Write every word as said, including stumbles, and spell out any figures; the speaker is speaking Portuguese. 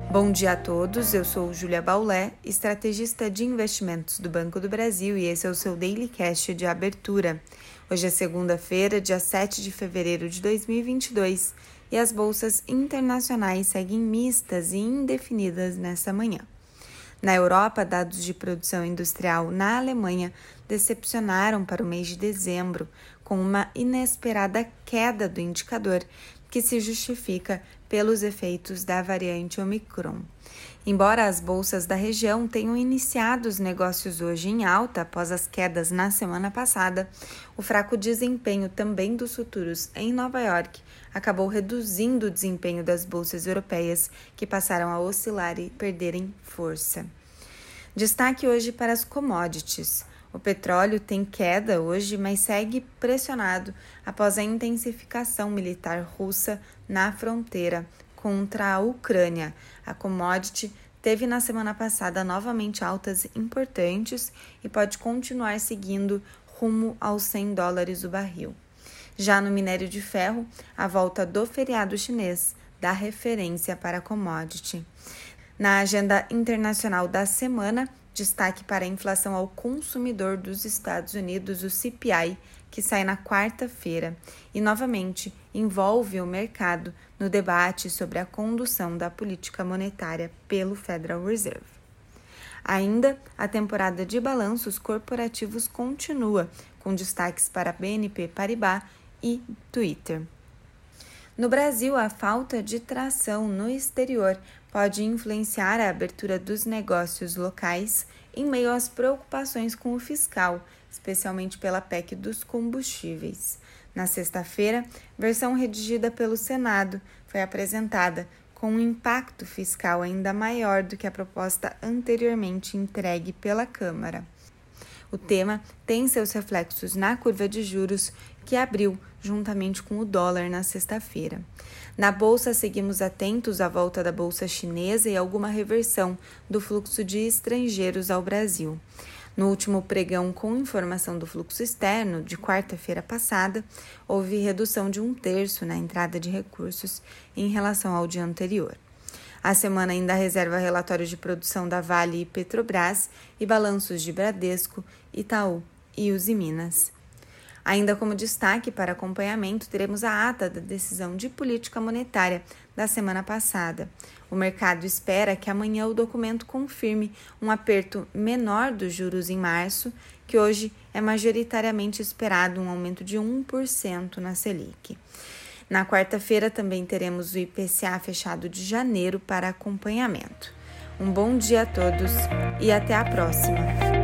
Bom dia a todos, eu sou Júlia Baulé, estrategista de investimentos do Banco do Brasil e esse é o seu Daily Cash de abertura. Hoje é segunda-feira, dia sete de fevereiro de dois mil e vinte e dois e as bolsas internacionais seguem mistas e indefinidas nessa manhã. Na Europa, dados de produção industrial na Alemanha decepcionaram para o mês de dezembro, com uma inesperada queda do indicador, que se justifica pelos efeitos da variante Omicron. Embora as bolsas da região tenham iniciado os negócios hoje em alta após as quedas na semana passada, o fraco desempenho também dos futuros em Nova York acabou reduzindo o desempenho das bolsas europeias, que passaram a oscilar e perderem força. Destaque hoje para as commodities. O petróleo tem queda hoje, mas segue pressionado após a intensificação militar russa na fronteira contra a Ucrânia. A commodity teve na semana passada novamente altas importantes e pode continuar seguindo rumo aos cem dólares o barril. Já no minério de ferro, a volta do feriado chinês dá referência para a commodity. Na agenda internacional da semana, destaque para a inflação ao consumidor dos Estados Unidos, o C P I, que sai na quarta-feira e, novamente, envolve o mercado no debate sobre a condução da política monetária pelo Federal Reserve. Ainda, a temporada de balanços corporativos continua, com destaques para B N P Paribas e Twitter. No Brasil, a falta de tração no exterior pode influenciar a abertura dos negócios locais em meio às preocupações com o fiscal, especialmente pela P E C dos combustíveis. Na sexta-feira, versão redigida pelo Senado foi apresentada com um impacto fiscal ainda maior do que a proposta anteriormente entregue pela Câmara. O tema tem seus reflexos na curva de juros, que abriu juntamente com o dólar na sexta-feira. Na bolsa, seguimos atentos à volta da bolsa chinesa e alguma reversão do fluxo de estrangeiros ao Brasil. No último pregão com informação do fluxo externo, de quarta-feira passada, houve redução de um terço na entrada de recursos em relação ao dia anterior. A semana ainda reserva relatórios de produção da Vale e Petrobras e balanços de Bradesco, Itaú e Usiminas. Ainda como destaque para acompanhamento, teremos a ata da decisão de política monetária da semana passada. O mercado espera que amanhã o documento confirme um aperto menor dos juros em março, que hoje é majoritariamente esperado um aumento de um por cento na Selic. Na quarta-feira também teremos o I P C A fechado de janeiro para acompanhamento. Um bom dia a todos e até a próxima!